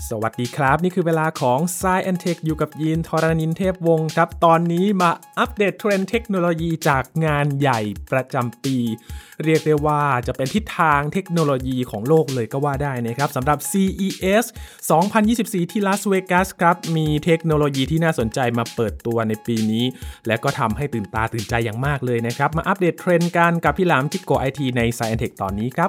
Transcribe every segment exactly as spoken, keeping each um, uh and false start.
สวัสดีครับนี่คือเวลาของ Science แอนด์ Tech อยู่กับยีน ธรณินทร์เทพวงศ์ครับตอนนี้มาอัปเดตเทรนด์เทคโนโลยีจากงานใหญ่ประจำปีเรียกได้ว่าจะเป็นทิศทางเทคโนโลยีของโลกเลยก็ว่าได้นะครับสำหรับ ซี อี เอส สองพันยี่สิบสี่ ที่ลาสเวกัสครับมีเทคโนโลยีที่น่าสนใจมาเปิดตัวในปีนี้และก็ทำให้ตื่นตาตื่นใจอย่างมากเลยนะครับมาอัปเดตเทรนด์กันกับพี่หลามจิกโก ไอ ที ใน Science แอนด์ Tech ตอนนี้ครับ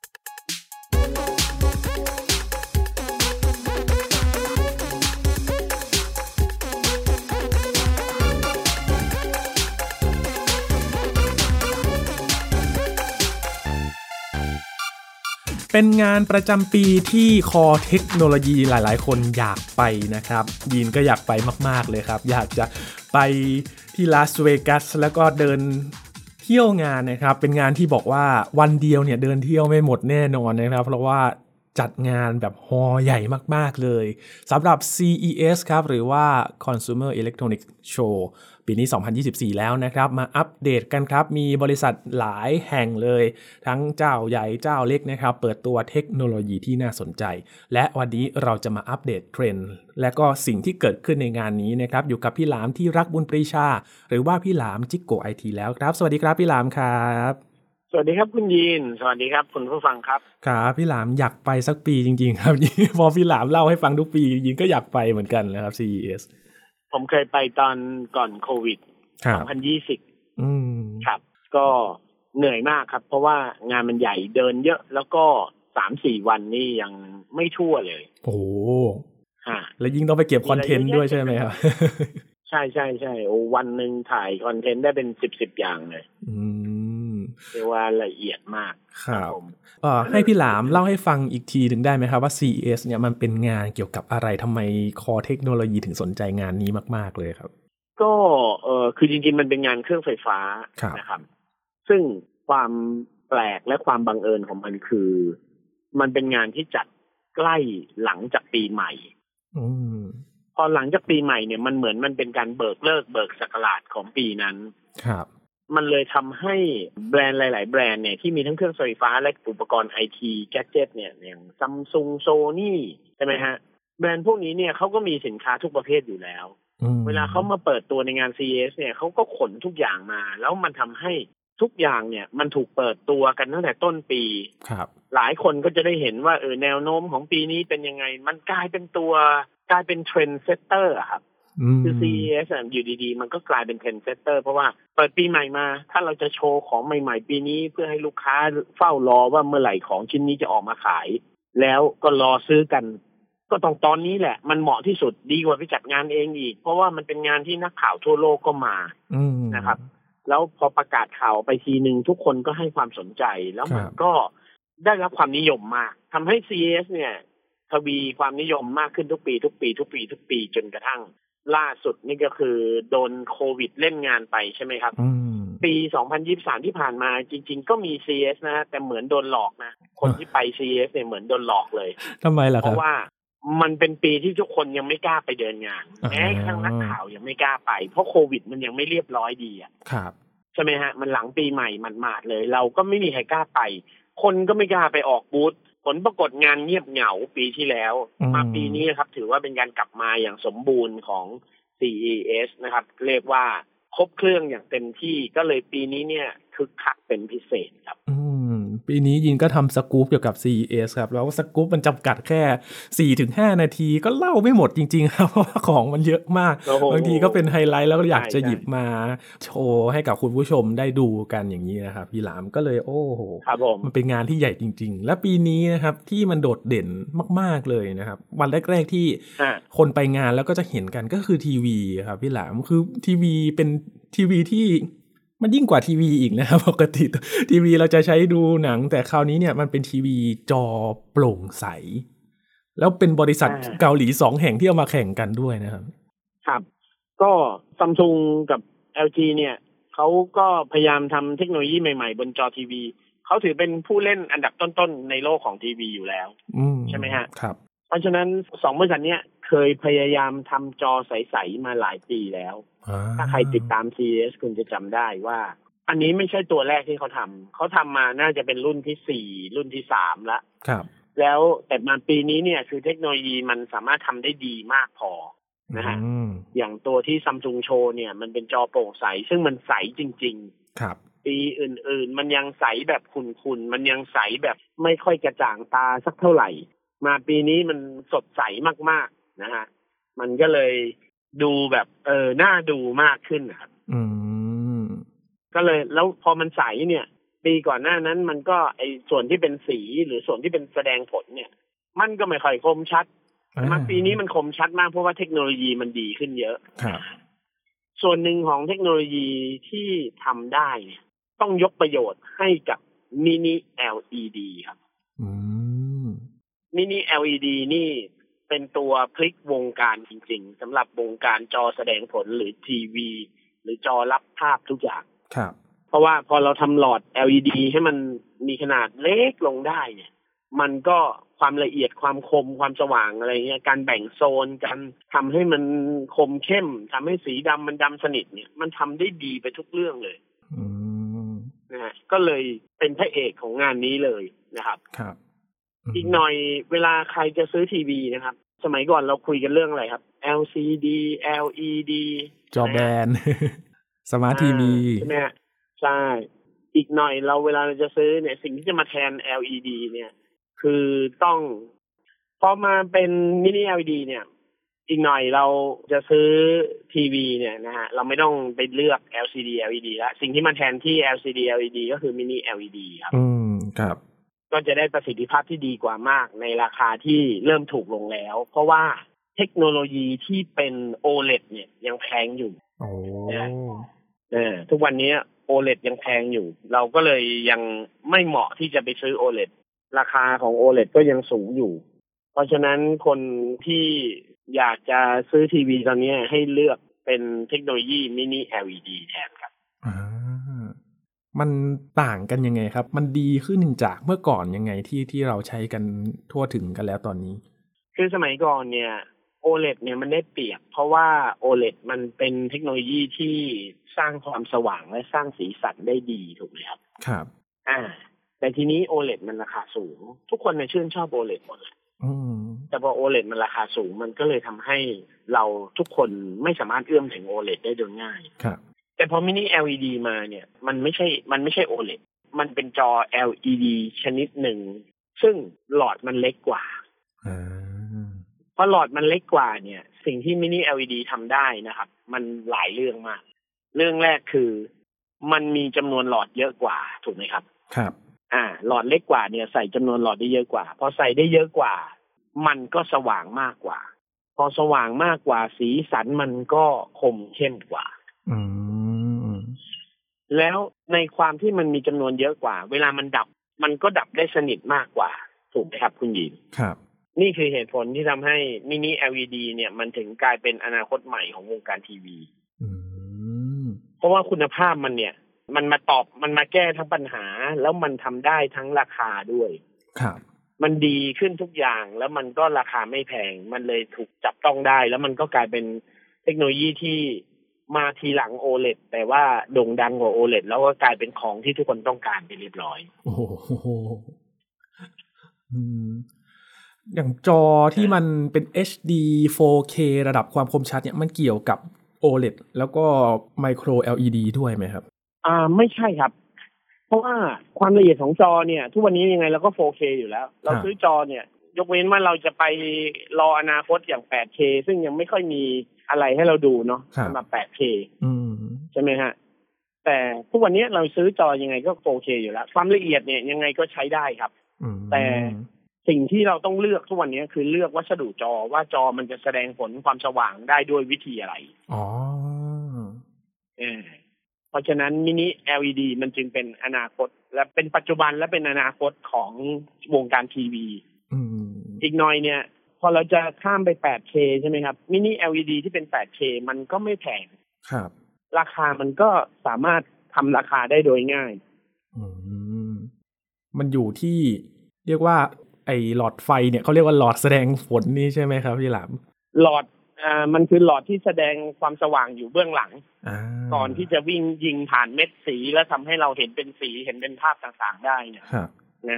เป็นงานประจำปีที่คอเทคโนโลยีหลายๆคนอยากไปนะครับยีนก็อยากไปมากๆเลยครับอยากจะไปที่ลาสเวกัสแล้วก็เดินเที่ยวงานนะครับเป็นงานที่บอกว่าวันเดียวเนี่ยเดินเที่ยวไม่หมดแน่นอนนะครับเพราะว่าจัดงานแบบฮอลล์ใหญ่มากๆเลยสำหรับ ซี อี เอส ครับหรือว่า Consumer Electronics Show ปีนี้สองพันยี่สิบสี่แล้วนะครับมาอัปเดตกันครับมีบริษัทหลายแห่งเลยทั้งเจ้าใหญ่เจ้าเล็กนะครับเปิดตัวเทคโนโลยีที่น่าสนใจและวันนี้เราจะมาอัปเดตเทรนด์และก็สิ่งที่เกิดขึ้นในงานนี้นะครับอยู่กับพี่หลามที่รักบุญปรีชาหรือว่าพี่หลามจิกโก ไอ ที แล้วครับสวัสดีครับพี่หลามครับสวัสดีครับคุณยีนสวัสดีครับคุณผู้ฟังครับครับพี่หลามอยากไปสักปีจริงๆครับ พอพี่หลามเล่าให้ฟังทุกปียีนก็อยากไปเหมือนกันนะครับ ซี อี เอสผมเคยไปตอนก่อนโควิดสองพันยี่สิบอืมครับก็เหนื่อยมากครับเพราะว่างานมันใหญ่เดินเยอะแล้วก็ สามสี่ วันนี่ยังไม่ทั่วเลยโอ้โหฮะแล้วยิ่งต้องไปเก็บคอนเทนต์ด้วยใช่ไหมครับใช่ๆๆโอ้วันนึงถ่ายคอนเทนต์ได้เป็นสิบๆอย่างเลยอืมเรียกว่าละเอียดมากครับเอ่อให้พี่หลามเล่าให้ฟังอีกทีถึงได้ไหมครับว่า ซี อี เอส เนี่ยมันเป็นงานเกี่ยวกับอะไรทำไมคอเทคโนโลยีถึงสนใจงานนี้มากๆเลยครับก็เออคือจริงๆมันเป็นงานเครื่องไฟฟ้านะครับซึ่งความแปลกและความบังเอิญของมันคือมันเป็นงานที่จัดใกล้หลังจากปีใหม่อืมพอหลังจากปีใหม่เนี่ยมันเหมือนมันเป็นการเบิกเลิกเบิกศักราชของปีนั้นครับมันเลยทำให้แบรนด์หลายๆแบรนด์เนี่ยที่มีทั้งเครื่องไฟฟ้าและอุปกรณ์ไอทีแกดเจ็ตเนี่ยอย่าง Samsung Sony ใช่ไหมฮะแบรนด์พวกนี้เนี่ยเขาก็มีสินค้าทุกประเภทอยู่แล้วเวลาเขามาเปิดตัวในงาน ซี อี เอส เนี่ยเขาก็ขนทุกอย่างมาแล้วมันทำให้ทุกอย่างเนี่ยมันถูกเปิดตัวกันตั้งแต่ต้นปีครับหลายคนก็จะได้เห็นว่าเออแนวโน้มของปีนี้เป็นยังไงมันกลายเป็นตัวกลายเป็นเทรนด์เซตเตอร์อะครับคือ ซี อี เอส อยู่ดีๆมันก็กลายเป็นเทรนด์เซตเตอร์เพราะว่าเปิดปีใหม่มาถ้าเราจะโชว์ของใหม่ๆปีนี้เพื่อให้ลูกค้าเฝ้ารอว่าเมื่อไหร่ของชิ้นนี้จะออกมาขายแล้วก็รอซื้อกันก็ต้องตอนนี้แหละมันเหมาะที่สุดดีกว่าไปจัดงานเองอีกเพราะว่ามันเป็นงานที่นักข่าวทั่วโลกก็มานะครับแล้วพอประกาศข่าวไปทีนึงทุกคนก็ให้ความสนใจแล้วมันก็ได้รับความนิยมมากทำให้ ซี อี เอส เนี่ยทวีความนิยมมากขึ้นทุกปีทุกปีทุกปีทุกปีจนกระทั่งล่าสุดนี่ก็คือโดนโควิดเล่นงานไปใช่ไหมครับปีสองพันยี่สิบสามที่ผ่านมาจริงๆก็มี ซี อี เอส นะแต่เหมือนโดนหลอกนะคนที่ไป ซี อี เอส เนี่ยเหมือนโดนหลอกเลยทำไมล่ะครับเพราะว่ามันเป็นปีที่ทุกคนยังไม่กล้าไปเดินงานแม้ทั้งนักข่าวยังไม่กล้าไปเพราะโควิดมันยังไม่เรียบร้อยดีอ่ะครับใช่ไหมฮะมันหลังปีใหม่มันมาดเลยเราก็ไม่มีใครกล้าไปคนก็ไม่กล้าไปออกบูธผลปรากฏงานเงียบเหงาปีที่แล้วมาปีนี้ครับถือว่าเป็นการกลับมาอย่างสมบูรณ์ของ ซี อี เอส นะครับเรียกว่าครบเครื่องอย่างเต็มที่ก็เลยปีนี้เนี่ยคึกคักเป็นพิเศษครับอืมปีนี้ยินก็ทำสกู๊ปเกี่ยวกับ ซี อี เอส ครับแล้วสกู๊ปมันจำกัดแค่ สี่ถึงห้า นาทีก็เล่าไม่หมดจริงๆครับเพราะว่าของมันเยอะมากบางทีก็เป็นไฮไลท์แล้วก็อยากจะหยิบมาโชว์ให้กับคุณผู้ชมได้ดูกันอย่างนี้นะครับพี่หลามก็เลยโอ้โหมันเป็นงานที่ใหญ่จริงๆและปีนี้นะครับที่มันโดดเด่นมากๆเลยนะครับวันแรกๆที่คนไปงานแล้วก็จะเห็นกันก็คือทีวีครับพี่หลามคือทีวีเป็นทีวีที่มันยิ่งกว่าทีวีอีกนะครับปกติทีวีเราจะใช้ดูหนังแต่คราวนี้เนี่ยมันเป็นทีวีจอโปร่งใสแล้วเป็นบริษัทเกาหลีสองแห่งที่เอามาแข่งกันด้วยนะครับครับก็ Samsung กับ แอล จี เนี่ยเขาก็พยายามทำเทคโนโลยีใหม่ๆบนจอทีวีเขาถือเป็นผู้เล่นอันดับต้นๆในโลกของทีวีอยู่แล้วใช่ไหมฮะครับเพราะฉะนั้นสองบริษัทเนี้ยเคยพยายามทำจอใสๆมาหลายปีแล้วถ้าใครติดตาม ซี อี เอส คุณจะจำได้ว่าอันนี้ไม่ใช่ตัวแรกที่เขาทำเขาทำมาน่าจะเป็นรุ่นที่สี่รุ่นที่สามแล้วครับแล้วแต่มาปีนี้เนี่ยคือเทคโนโลยีมันสามารถทำได้ดีมากพอนะฮะอย่างตัวที่ Samsung โชว์เนี่ยมันเป็นจอโปร่งใสซึ่งมันใสจริงๆครับปีอื่นๆมันยังใสแบบขุ่นๆมันยังใสแบบไม่ค่อยกระจ่างตาสักเท่าไหร่มาปีนี้มันสดใสมากๆนะฮะมันก็เลยดูแบบเออน่าดูมากขึ้นครับอืมก็เลยแล้วพอมันใสเนี่ยปีก่อนหน้านั้นมันก็ไอส่วนที่เป็นสีหรือส่วนที่เป็นแสดงผลเนี่ยมันก็ไม่ค่อยคมชัดมาปีนี้มันคมชัดมากเพราะว่าเทคโนโลยีมันดีขึ้นเยอะครับส่วนหนึ่งของเทคโนโลยีที่ทำได้เนี่ยต้องยกประโยชน์ให้กับมินิ แอล อี ดี ครับอืมมินิ แอล อี ดี นี่เป็นตัวพลิกวงการจริงๆสำหรับวงการจอแสดงผลหรือทีวีหรือจอรับภาพทุกอย่างครับเพราะว่าพอเราทำหลอด แอล อี ดี ให้มันมีขนาดเล็กลงได้เนี่ยมันก็ความละเอียดความคมความสว่างอะไรเงี้ยการแบ่งโซนการทำให้มันคมเข้มทำให้สีดำมันดำสนิทเนี่ยมันทำได้ดีไปทุกเรื่องเลยอืมนะฮะก็เลยเป็นพระเอกของงานนี้เลยนะครับครับอีกหน่อยเวลาใครจะซื้อทีวีนะครับสมัยก่อนเราคุยกันเรื่องอะไรครับ แอล ซี ดี แอล อี ดีจอแบน สมาร์ททีวีใช่ไหมฮะใช่อีกหน่อยเราเวลาเราจะซื้อเนี่ยสิ่งที่จะมาแทน แอล อี ดี เนี่ยคือต้องพอมาเป็นมินิ แอล อี ดี เนี่ยอีกหน่อยเราจะซื้อทีวีเนี่ยนะฮะเราไม่ต้องไปเลือก แอล ซี ดี แอล อี ดี แล้วสิ่งที่มาแทนที่ แอล ซี ดี แอล อี ดี ก็คือมินิ แอล อี ดี ครับอืมครับก็จะได้ประสิทธิภาพที่ดีกว่ามากในราคาที่เริ่มถูกลงแล้วเพราะว่าเทคโนโลยีที่เป็น โอ แอล อี ดี เนี่ยยังแพงอยู่โอ้เออทุกวันนี้ โอ แอล อี ดี ยังแพงอยู่เราก็เลยยังไม่เหมาะที่จะไปซื้อ โอ แอล อี ดี ราคาของ โอ แอล อี ดี ก็ยังสูงอยู่เพราะฉะนั้นคนที่อยากจะซื้อทีวีตอนนี้ให้เลือกเป็นเทคโนโลยีมินิ แอล อี ดี แทนครับอ่ามันต่างกันยังไงครับมันดีขึ้นจากเมื่อก่อนยังไงที่ที่เราใช้กันทั่วถึงกันแล้วตอนนี้คือสมัยก่อนเนี่ย โอ แอล อี ดี เนี่ยมันได้เปรียบเพราะว่า โอ แอล อี ดี มันเป็นเทคโนโลยีที่สร้างความสว่างและสร้างสีสันได้ดีถูกไหมครับครับอ่าแต่ทีนี้ โอ แอล อี ดี มันราคาสูงทุกคนเนี่ยชื่นชอบ โอ แอล อี ดี หมดเลยแต่พอ โอ แอล อี ดี มันราคาสูงมันก็เลยทำให้เราทุกคนไม่สามารถเอื้อมถึง โอ แอล อี ดี ได้โดยง่ายครับแต่พอมินิ แอล อี ดี มาเนี่ยมันไม่ใช่มันไม่ใช่ โอ แอล อี ดี มันเป็นจอ แอล อี ดี ชนิดหนึ่งซึ่งหลอดมันเล็กกว่าเพราะหลอดมันเล็กกว่าเนี่ยสิ่งที่มินิ แอล อี ดี ทำได้นะครับมันหลายเรื่องมากเรื่องแรกคือมันมีจำนวนหลอดเยอะกว่าถูกไหมครับครับอ่าหลอดเล็กกว่าเนี่ยใส่จำนวนหลอดได้เยอะกว่าพอใส่ได้เยอะกว่ามันก็สว่างมากกว่าพอสว่างมากกว่าสีสันมันก็คมเข้มกว่าอืมแล้วในความที่มันมีจำนวนเยอะกว่าเวลามันดับมันก็ดับได้สนิทมากกว่าถูกไหมครับคุณหญิงครับนี่คือเหตุผลที่ทำให้มินิ แอล อี ดี เนี่ยมันถึงกลายเป็นอนาคตใหม่ของวงการทีวีอืมเพราะว่าคุณภาพมันเนี่ยมันมาตอบมันมาแก้ทั้งปัญหาแล้วมันทำได้ทั้งราคาด้วยครับมันดีขึ้นทุกอย่างแล้วมันก็ราคาไม่แพงมันเลยถูกจับต้องได้แล้วมันก็กลายเป็นเทคโนโลยีที่มาทีหลัง โอ แอล อี ดี แต่ว่าโด่งดังกว่า โอ แอล อี ดี แล้วก็กลายเป็นของที่ทุกคนต้องการไปเรียบร้อยโอ้โหอืมอย่างจอที่มันเป็น เอช ดี โฟร์เค ระดับความคมชัดเนี่ยมันเกี่ยวกับ โอ แอล อี ดี แล้วก็ Micro แอล อี ดี ด้วยไหมครับอ่าไม่ใช่ครับเพราะว่าความละเอียดของจอเนี่ยทุกวันนี้ยังไงเราก็ โฟร์เค อยู่แล้วเราซื้อจอเนี่ยยกเว้นว่าเราจะไปรออนาคตอย่าง แปดเค ซึ่งยังไม่ค่อยมีอะไรให้เราดูเนาะสำหรับ แปดเค อืมใช่ไหมฮะแต่ทุกวันนี้เราซื้อจอยังไงก็ โฟร์เค อยู่แล้วความละเอียดเนี่ยยังไงก็ใช้ได้ครับแต่สิ่งที่เราต้องเลือกทุกวันนี้คือเลือกวัสดุจอว่าจอมันจะแสดงผลความสว่างได้ด้วยวิธีอะไรอ๋อเออเพราะฉะนั้นมินิ แอล อี ดี มันจึงเป็นอนาคตและเป็นปัจจุบันและเป็นอนาคตของวงการทีวีอีกหน่อยเนี่ยพอเราจะข้ามไป แปดเค ใช่ไหมครับมินิ แอล อี ดี ที่เป็น แปดเค มันก็ไม่แพงครับราคามันก็สามารถทำราคาได้โดยง่ายอืมมันอยู่ที่เรียกว่าไอ้หลอดไฟเนี่ยเขาเรียกว่าหลอดแสดงผลนี่ใช่ไหมครับพี่หลามหลอดอ่ามันคือหลอดที่แสดงความสว่างอยู่เบื้องหลังก่อนที่จะวิ่งยิงผ่านเม็ดสีแล้วทำให้เราเห็นเป็นสีเห็นเป็นภาพต่างๆได้เนี่ยนะฮะ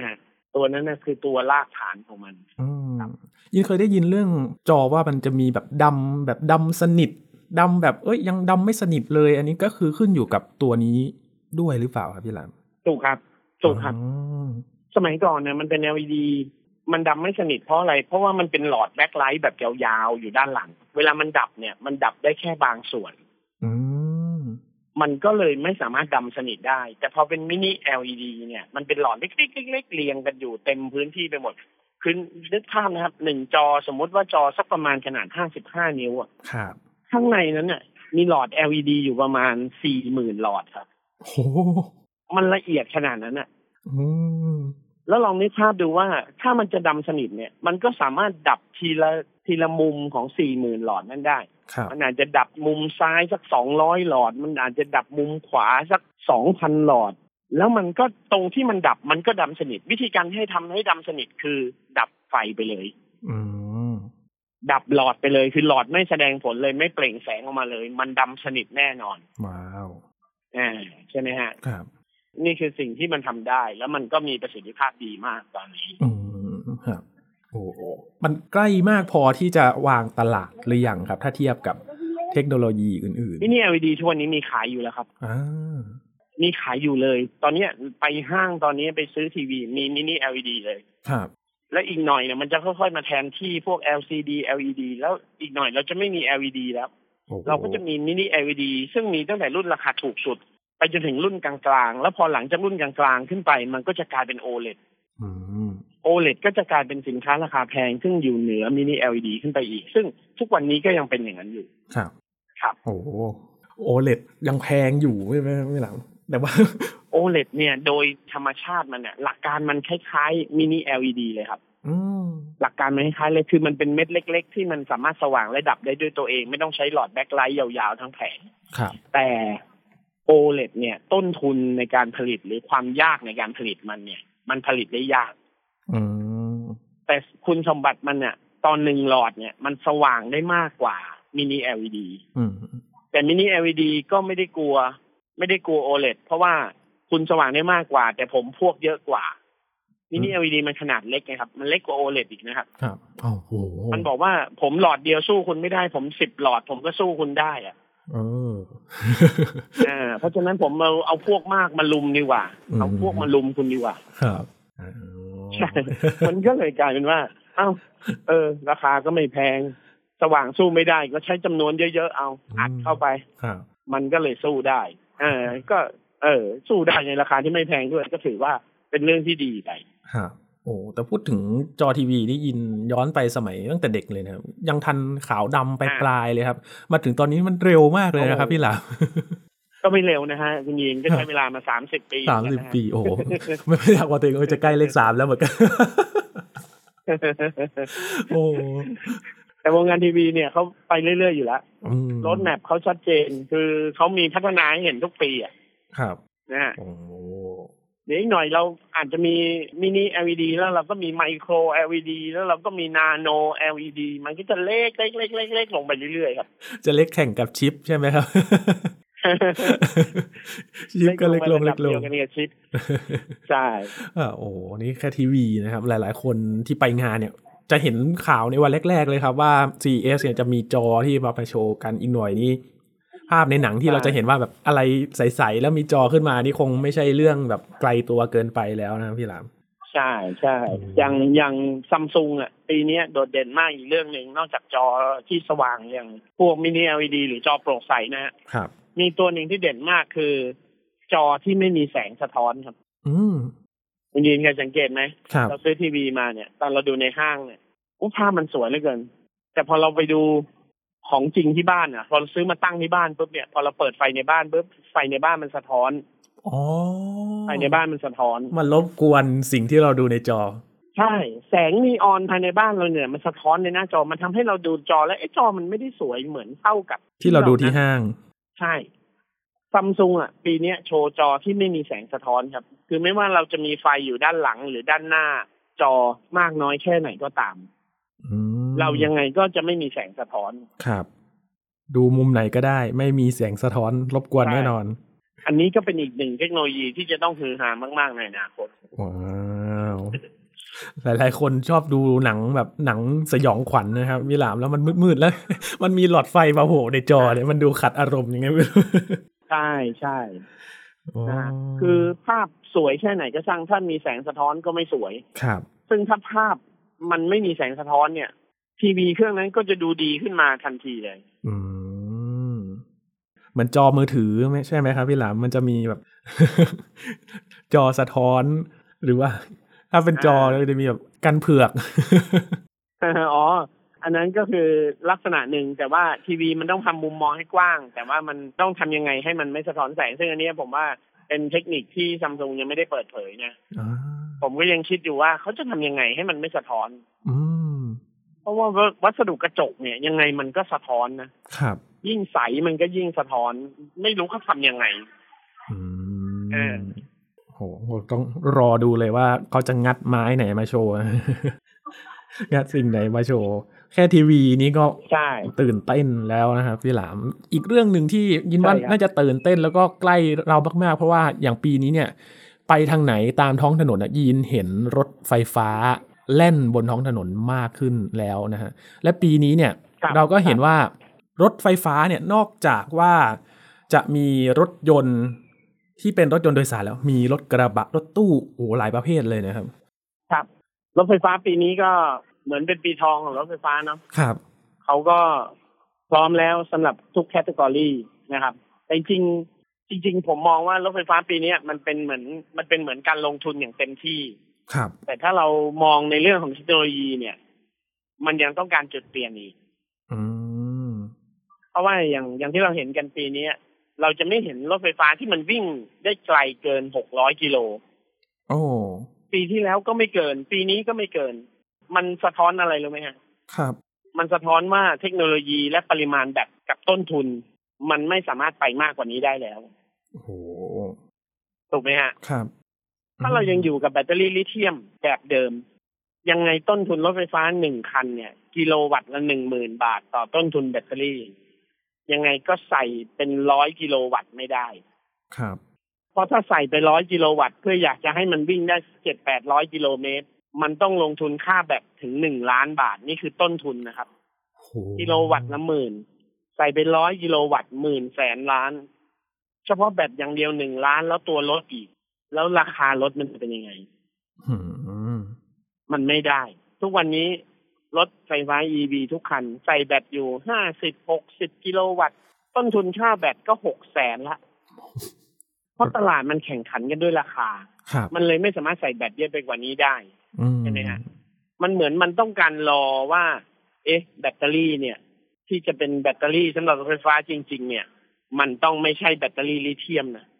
ตัวนั้นนะคือตัวรากฐานของมันยินเคยได้ยินเรื่องจอว่ามันจะมีแบบดำแบบดำสนิทดำแบบเอ้ยยังดำไม่สนิทเลยอันนี้ก็คือขึ้นอยู่กับตัวนี้ด้วยหรือเปล่าครับพี่หลามถูกครับถูกครับสมัยก่อนเนี่ยมันเป็น แอล อี ดี มันดำไม่สนิทเพราะอะไรเพราะว่ามันเป็นหลอดแบ็คไลท์แบบยาวๆอยู่ด้านหลังเวลามันดับเนี่ยมันดับได้แค่บางส่วนมันก็เลยไม่สามารถดำสนิทได้แต่พอเป็นมินิ แอล อี ดี เนี่ยมันเป็นหลอดเล็กๆๆๆเรียงกันอยู่เต็มพื้นที่ไปหมดคือนึกภาพนะครับหนึ่งจอสมมุติว่าจอสักประมาณขนาดห้าสิบห้านิ้วอ่ะครับข้างในนั้นน่ะมีหลอด แอล อี ดี อยู่ประมาณ สี่หมื่น หลอดครับโอ้มันละเอียดขนาดนั้นน่ะอืมแล้วลองนึกภาพดูว่าถ้ามันจะดำสนิทเนี่ยมันก็สามารถดับทีละทีละมุมของ สี่หมื่น หลอดนั้นได้มันอาจจะดับมุมซ้ายสักสองร้อยหลอดมันอาจจะดับมุมขวาสัก สองพัน หลอดแล้วมันก็ตรงที่มันดับมันก็ดำสนิทวิธีการให้ทำให้ดำสนิทคือดับไฟไปเลยอืมดับหลอดไปเลยคือหลอดไม่แสดงผลเลยไม่เปล่งแสงออกมาเลยมันดำสนิทแน่นอนว้าวอ่าใช่ไหมฮะครับนี่คือสิ่งที่มันทำได้แล้วมันก็มีประสิทธิภาพดีมากตอนนี้อืมครับโอ้โหมันใกล้มากพอที่จะวางตลาดหรือยังครับถ้าเทียบกับเทคโนโลยีอื่นๆมินิ แอล อี ดี ทุกวันนี้มีขายอยู่แล้วครับอ่ามีขายอยู่เลยตอนนี้ไปห้างตอนนี้ไปซื้อทีวีมีมินิ แอล อี ดี เลยครับและอีกหน่อยเนี่ยมันจะค่อยๆมาแทนที่พวก แอล ซี ดี แอล อี ดี แล้วอีกหน่อยเราจะไม่มี แอล อี ดี แล้วเราก็จะมีมินิ แอล อี ดี ซึ่งมีตั้งแต่รุ่นราคาถูกสุดไปจนถึงรุ่นกลางๆแล้วพอหลังจากรุ่นกลางๆขึ้นไปมันก็จะกลายเป็น โอ แอล อี ดีอืมโอ แอล อี ดี ก็จะกลายเป็นสินค้าราคาแพงซึ่งอยู่เหนือมินิ แอล อี ดี ขึ้นไปอีกซึ่งทุกวันนี้ก็ยังเป็นอย่างนั้นอยู่ครับครับโอ้ โอ แอล อี ดี ยังแพงอยู่ไม่ไม่ไม่หลังแต่ว่าโอ แอล อี ดี เนี่ยโดยธรรมชาติมันเนี่ยหลักการมันคล้ายๆมินิ แอล อี ดี เลยครับอืมหลักการมันคล้ายๆเลยคือมันเป็นเม็ดเล็กๆที่มันสามารถสว่างและดับได้ด้วยตัวเองไม่ต้องใช้หลอดแบ็คไลท์ยาวๆทั้งแผงครับแต่โอ แอล อี ดี เนี่ยต้นทุนในการผลิตหรือความยากในการผลิตมันเนี่ยมันผลิตได้ยากอืมแต่คุณสมบัติมันเนี่ยตอนหนึ่งหลอดเนี่ยมันสว่างได้มากกว่ามินิ แอล อี ดีอืมแต่มินิ แอล อี ดี ก็ไม่ได้กลัวไม่ได้กลัว โอ แอล อี ดี เพราะว่าคุณสว่างได้มากกว่าแต่ผมพวกเยอะกว่ามินิ แอล อี ดี มันขนาดเล็กไงครับมันเล็กกว่า โอ แอล อี ดี อีกนะครับครับโอ้โหมันบอกว่าผมหลอดเดียวสู้คุณไม่ได้ผมสิบหลอดผมก็สู้คุณได้อ่ะเอออ่าเพราะฉะนั้นผมเอาเอาพวกมากมาลุมดีกว่าเอาพวกมาลุมคุณดีกว่าครับใช่มันก็เลยกลายเป็นว่าเอ้าเออราคาก็ไม่แพงสว่างสู้ไม่ได้ก็ใช้จำนวนเยอะๆเอาอัดเข้าไปมันก็เลยสู้ได้อ่าก็เออสู้ได้ในราคาที่ไม่แพงด้วยก็ถือว่าเป็นเรื่องที่ดีไปครับโอ้แต่พูดถึงจอทีวีนี่ยินย้อนไปสมัยตั้งแต่เด็กเลยนะครับยังทันขาวดำไปปลายเลยครับมาถึงตอนนี้มันเร็วมากเลยนะครับพี่หลาก็ไม่เร็วนะฮะคุณยิงก็ใช้เวลามาสามสิบปีสามสิบปีโอ้ไม่ไม่อยากว่าตัวเองจะใกล้เลขสามแล้วเหมือนกันโอ้แต่วงการทีวีเนี่ยเขาไปเรื่อยๆอยู่แล้วรถแมพเขาชัดเจนคือเขามีพัฒนาให้เห็นทุกปีอ่ะครับนะฮะโอ้เดี๋ยวอีกหน่อยเราอาจจะมีมินิ แอล อี ดี แล้วเราก็มีไมโคร แอล อี ดี แล้วเราก็มีนาโน แอล อี ดี มันก็จะเล็กเล็กเล็กเล็กเล็กลงไปเรื่อยๆครับจะเล็กแข่งกับชิปใช่ไหมครับชิปก็เล็กลงเล็กลงกันกับชิปใช่อ่าโอ้นี่แค่ทีวีนะครับหลายๆคนที่ไปงานเนี่ยจะเห็นข่าวในวันแรกๆเลยครับว่า ซี อี เอส เนี่ยจะมีจอที่มาไปโชว์กันอีกหน่อยนี้ภาพในหนังที่เราจะเห็นว่าแบบอะไรใสๆแล้วมีจอขึ้นมานี่คงไม่ใช่เรื่องแบบไกลตัวเกินไปแล้วนะพี่หลามใช่ใช่อย่างอย่างซัมซุงอ่ะปีนี้โดดเด่นมากอีกเรื่องหนึ่งนอกจากจอที่สว่างอย่างพวกมินิ แอล อี ดี หรือจอโปร่งใสนะครับมีตัวหนึ่งที่เด่นมากคือจอที่ไม่มีแสงสะท้อนครับอืมคุณยินเคยสังเกตไหมเราซื้อทีวีมาเนี่ยตอนเราดูในห้างเนี่ยโอ้ภาพมันสวยเหลือเกินแต่พอเราไปดูของจริงที่บ้านอ่ะพอเราซื้อมาตั้งที่บ้านปุ๊บเนี่ยพอเราเปิดไฟในบ้านปุ๊บไฟในบ้านมันสะท้อนอ๋อไฟในบ้านมันสะท้อนมันรบกวนสิ่งที่เราดูในจอใช่แสงนีออนภายในบ้านเราเนี่ยมันสะท้อนในหน้าจอมันทำให้เราดูจอแล้วไอ้จอมันไม่ได้สวยเหมือนเท่ากับที่เราดูที่ห้างใช่ซัมซุงอ่ะปีนี้โชว์จอที่ไม่มีแสงสะท้อนครับคือไม่ว่าเราจะมีไฟอยู่ด้านหลังหรือด้านหน้าจอมากน้อยแค่ไหนก็ตามเรายังไงก็จะไม่มีแสงสะท้อนครับดูมุมไหนก็ได้ไม่มีแสงสะท้อนรบกวนแน่นอนอันนี้ก็เป็นอีกหนึ่งเทคโนโลยีที่จะต้องฮือฮามากๆในอนาคตว้าวหลายๆคนชอบดูหนังแบบหนังสยองขวัญ นะครับพี่หลามแล้วมันมืดๆแล้ว มันมีหลอดไฟมาโผล่ในจอเนี่ยมันดูขัดอารมณ์ยังไงไม่รู้ใช่ใช่นะคือภาพสวยแค่ไหนก็ช่างถ้ามีแสงสะท้อนก็ไม่สวยครับซึ่งถ้าภาพมันไม่มีแสงสะท้อนเนี่ยทีวีเครื่องนั้นก็จะดูดีขึ้นมาทันทีเลยอืมเหมือนจอมือถือไม่ใช่ไหมครับพี่หลามมันจะมีแบบ จอสะท้อนหรือว่าถ้าเป็นจอมันจะมีแบบกันเผือกอ๋ออันนั้นก็คือลักษณะหนึ่งแต่ว่าทีวีมันต้องทำมุมมองให้กว้างแต่ว่ามันต้องทำยังไงให้มันไม่สะท้อนแสงซึ่งอันนี้ผมว่าเป็นเทคนิคที่ Samsung ยังไม่ได้เปิดเผยนะผมก็ยังคิดอยู่ว่าเขาจะทำยังไงให้มันไม่สะท้อนเพราะว่าวัสดุกระจกเนี่ยยังไงมันก็สะท้อนนะครับยิ่งใสมันก็ยิ่งสะท้อนไม่รู้เขาทำยังไงเออโหต้องรอดูเลยว่าเขาจะงัดไม้ไหนมาโชว์ งัดสิ่งไหนมาโชว์แค่ทีวีนี้ก็ตื่นเต้นแล้วนะครับพี่หลามอีกเรื่องหนึ่งที่ยินว่าน่าจะตื่นเต้นแล้วก็ใกล้เรามากๆเพราะว่าอย่างปีนี้เนี่ยไปทางไหนตามท้องถนนยินเห็นรถไฟฟ้าแล่นบนท้องถนนมากขึ้นแล้วนะฮะและปีนี้เนี่ยเราก็เห็นว่ารถไฟฟ้าเนี่ยนอกจากว่าจะมีรถยนต์ที่เป็นรถยนต์โดยสารแล้วมีรถกระบะรถตู้โอ้หลายประเภทเลยนะครับครับรถไฟฟ้าปีนี้ก็เหมือนเป็นปีทองของรถไฟฟ้าเนาะครับเขาก็พร้อมแล้วสำหรับทุกแคตตากรีนะครับแต่จริงจริงๆผมมองว่ารถไฟฟ้าปีนี้มันเป็นเหมือนมันเป็นเหมือนการลงทุนอย่างเต็มที่ครับแต่ถ้าเรามองในเรื่องของเทคโนโลยีเนี่ยมันยังต้องการจุดเปลี่ยนอีกอืมเพราะว่าอย่างอย่างที่เราเห็นกันปีนี้เราจะไม่เห็นรถไฟฟ้าที่มันวิ่งได้ไกลเกินหกร้อยกิโลโอ้ปีที่แล้วก็ไม่เกินปีนี้ก็ไม่เกินมันสะท้อนอะไรรู้ไหมฮะครับมันสะท้อนว่าเทคโนโลยีและปริมาณแบตกับต้นทุนมันไม่สามารถไปมากกว่านี้ได้แล้วโอ้โหถูกไหมฮะครับถ้าเรายังอยู่กับแบตเตอรี่ลิเธียมแบบเดิมยังไงต้นทุนรถไฟฟ้าหนึ่งคันเนี่ยกิโลวัตต์ละหนึ่งหมื่นบาทต่อต้นทุนแบตเตอรี่ยังไงก็ใส่เป็นร้อยกิโลวัตต์ไม่ได้ครับเพราะถ้าใส่ไปร้อยกิโลวัตต์เพื่ออยากจะให้มันวิ่งได้เจ็ดแปดร้อยกิโลเมตรมันต้องลงทุนค่าแบตถึงหนึ่งล้านบาทนี่คือต้นทุนนะครับกิโลวัตต์ละหมื่นใส่ไปร้อยกิโลวัตต์หมื่นแสนล้านเฉพาะแบตอย่างเดียวหนึ่งล้านแล้วตัวรถอีกแล้วราคารถมันจะเป็นยังไงมันไม่ได้ทุกวันนี้รถไฟฟ้า อี วี ทุกคันใส่แบตอยู่ห้าสิบ หกสิบกิโลวัตต์ต้นทุนค่าแบตก็หกแสนละเพราะตลาดมันแข่งขันกันด้วยราคามันเลยไม่สามารถใส่แบตเยอะไปกว่านี้ได้ใช่ไหมฮะมันเหมือนมันต้องการรอว่าเอ๊ะแบตเตอรี่เนี่ยที่จะเป็นแบตเตอรี่สำหรับรถไฟฟ้าจริงๆเนี่ยมันต้องไม่ใช่แบตเตอรี่ลิเธียมนะ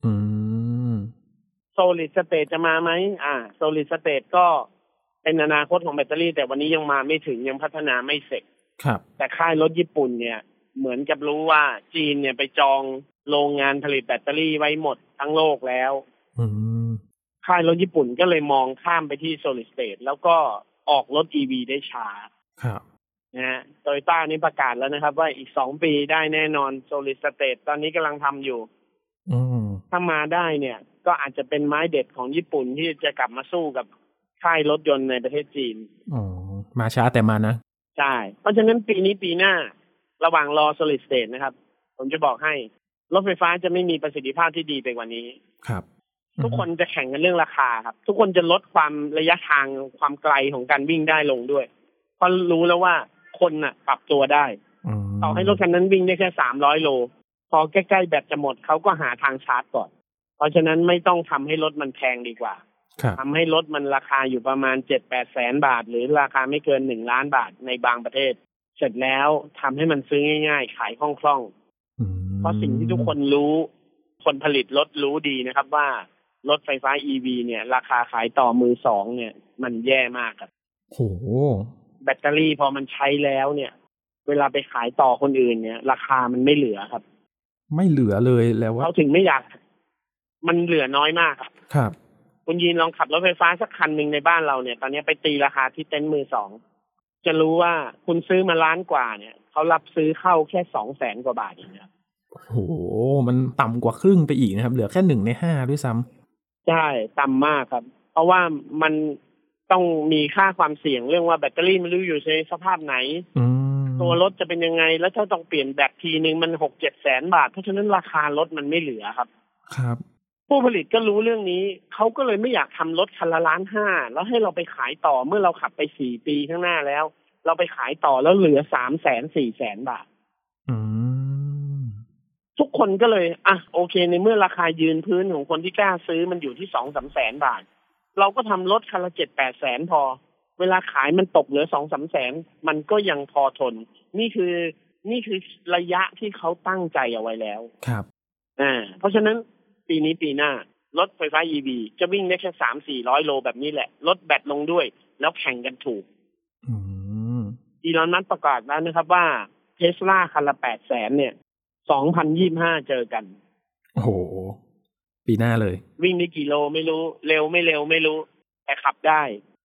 โซลิดสเตทจะมาไหมอ่าโซลิดสเตทก็เป็นอนาคตของแบตเตอรี่แต่วันนี้ยังมาไม่ถึงยังพัฒนาไม่เสร็จครับแต่ค่ายรถญี่ปุ่นเนี่ยเหมือนกับรู้ว่าจีนเนี่ยไปจองโรงงานผลิตแบตเตอรี่ไว้หมดทั้งโลกแล้วค่ายรถญี่ปุ่นก็เลยมองข้ามไปที่ Solid State แล้วก็ออกรถ อี วี ได้ช้าครับนะฮะ Toyota นี่ประกาศแล้วนะครับว่าอีกสองปีได้แน่นอน Solid State ตอนนี้กำลังทำอยู่ถ้ามาได้เนี่ยก็อาจจะเป็นไม้เด็ดของญี่ปุ่นที่จะกลับมาสู้กับค่ายรถยนต์ในประเทศจีนอ๋อมาช้าแต่มานะใช่เพราะฉะนั้นปีนี้ปีหน้าระหว่างรอ Solid State นะครับผมจะบอกให้รถไฟฟ้าจะไม่มีประสิทธิภาพที่ดีไปกว่านี้ครับทุกคนจะแข่งกันเรื่องราคาครับทุกคนจะลดความระยะทางความไกลของการวิ่งได้ลงด้วยเพราะรู้แล้วว่าคนน่ะปรับตัวได้ต่อให้รถคันนั้นวิ่งได้แค่สามร้อยโลพอใกล้ๆแบตจะหมดเขาก็หาทางชาร์จก่อนเพราะฉะนั้นไม่ต้องทำให้รถมันแพงดีกว่าทำให้รถมันราคาอยู่ประมาณ เจ็ดแปด แสนบาทหรือราคาไม่เกินหนึ่งล้านบาทในบางประเทศเสร็จแล้วทำให้มันซื้อง่ายๆขายคล่องๆเพราะสิ่งที่ทุกคนรู้คนผลิตรถรู้ดีนะครับว่ารถไฟฟ้า อี วี เนี่ยราคาขายต่อมือสองเนี่ยมันแย่มากครับโอ้แบตเตอรี่พอมันใช้แล้วเนี่ยเวลาไปขายต่อคนอื่นเนี่ยราคามันไม่เหลือครับไม่เหลือเลยแล้วว่าเขาถึงไม่อยากมันเหลือน้อยมากครับครับคุณยีนลองขับรถไฟฟ้าสักคันหนึ่งในบ้านเราเนี่ยตอนนี้ไปตีราคาที่เต็นท์มือสองจะรู้ว่าคุณซื้อมาล้านกว่าเนี่ยเขารับซื้อเข้าแค่สองแสนกว่าบาทเองครับโอ้โหมันต่ำกว่าครึ่งไปอีกนะครับเหลือแค่หนึ่งในห้าด้วยซ้ำใช่ต่ำมากครับเพราะว่ามันตต้องมีค่าความเสี่ยงเรื่องว่าแบตเตอรี่มันอยู่ในสภาพไหนตัวรถจะเป็นยังไงแล้วถ้าต้องเปลี่ยนแบตทีนึงมัน หกเจ็ด แสนบาทเพราะฉะนั้นราคารถมันไม่เหลือครับครับผู้ผลิตก็รู้เรื่องนี้เขาก็เลยไม่อยากทำรถคันละล้านห้าแล้วให้เราไปขายต่อเมื่อเราขับไปสี่ปีข้างหน้าแล้วเราไปขายต่อแล้วเหลือ สามแสน สี่แสน บาทอืมทุกคนก็เลยอ่ะโอเคในเมื่อราคายืนพื้นของคนที่กล้าซื้อมันอยู่ที่ สองถึงสาม แสนบาทเราก็ทำรถคันละ เจ็ดถึงแปด แสนพอเวลาขายมันตกเหลือ สองถึงสาม แสนมันก็ยังพอทนนี่คือนี่คือระยะที่เขาตั้งใจเอาไว้แล้วครับอ่าเพราะฉะนั้นปีนี้ปีหน้ารถไฟฟ้า อี วี จะวิ่งได้แค่ สามถึงสี่ร้อย โลแบบนี้แหละลดแบตลงด้วยแล้วแข่งกันถูกอืมอีลอนมัสก์ประกาศแล้วนะครับว่า Tesla คันละ แปดแสนเนี่ยสองพันยี่สิบห้าเจอกันโอ้โหปีหน้าเลยวิ่งได้กี่โลไม่รู้เร็วไม่เร็วไม่รู้แต่ขับได้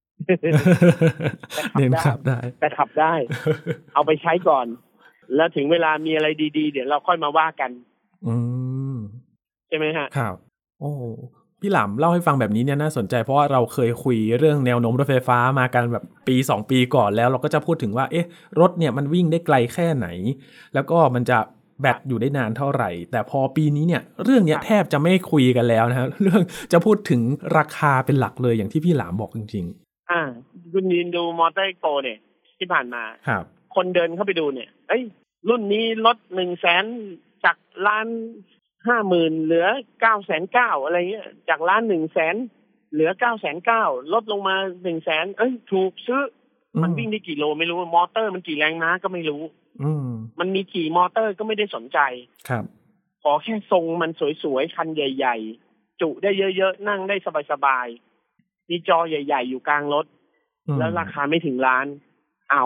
เน้นขับได้แต่ขับได้เอาไปใช้ก่อนแล้วถึงเวลามีอะไรดีๆเดี๋ยวเราค่อยมาว่ากันอืมใช่ไหมฮะครับโอ้พี่หลำเล่าให้ฟังแบบนี้เนี่ยน่าสนใจเพราะว่าเราเคยคุยเรื่องแนวโน้มรถไฟฟ้ามากันแบบปีสองปีก่อนแล้วเราก็จะพูดถึงว่าเอ๊ะรถเนี่ยมันวิ่งได้ไกลแค่ไหนแล้วก็มันจะแบตอยู่ได้นานเท่าไหร่แต่พอปีนี้เนี่ยเรื่องเนี้ยแทบจะไม่คุยกันแล้วนะฮะเรื่องจะพูดถึงราคาเป็นหลักเลยอย่างที่พี่หลามบอกจริงๆอ่าคุณยินดูมอเตอร์โกเนี่ยที่ผ่านมาครับคนเดินเข้าไปดูเนี่ยเอ้ยรุ่นนี้ลดหนึ่งแสนจากล้านห้าหมื่นเหลือเก้าแสนเก้าอะไรเงี้ยจากล้านหนึ่งแสนเหลือเก้าแสนเก้าลดลงมาหนึ่งแสนเอ้ยถูกซื้อมันวิ่งได้กี่โลไม่รู้มอเตอร์มันกี่แรงม้าก็ไม่รู้มันมีกี่มอเตอร์ก็ไม่ได้สนใจครับขอแค่ทรงมันสวยๆคันใหญ่ๆจุได้เยอะๆนั่งได้สบายๆมีจอใหญ่ๆอยู่กลางรถแล้วราคาไม่ถึงล้านเอา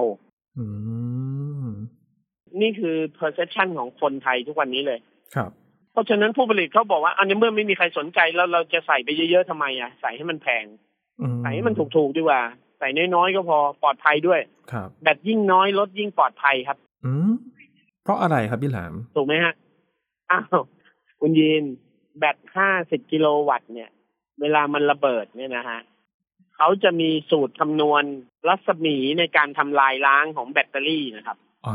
นี่คือ perception ของคนไทยทุกวันนี้เลยครับเพราะฉะนั้นผู้ผลิตเขาบอกว่าอันนี้เมื่อไม่มีใครสนใจแล้วเราจะใส่ไปเยอะๆทำไมอ่ะใส่ให้มันแพงใส่ให้มันถูกๆดีกว่าใส่น้อยๆก็พอปลอดภัยด้วยครับแบตยิ่งน้อยรถยิ่งปลอดภัยครับอืมเพราะอะไรครับพี่หลามถูกไหมฮะอ้าวคุณยีนแบตห้าสิบกิโลวัตต์เนี่ยเวลามันระเบิดเนี่ยนะฮะเขาจะมีสูตรคำนวณรัศมีในการทำลายล้างของแบตเตอรี่นะครับอ่า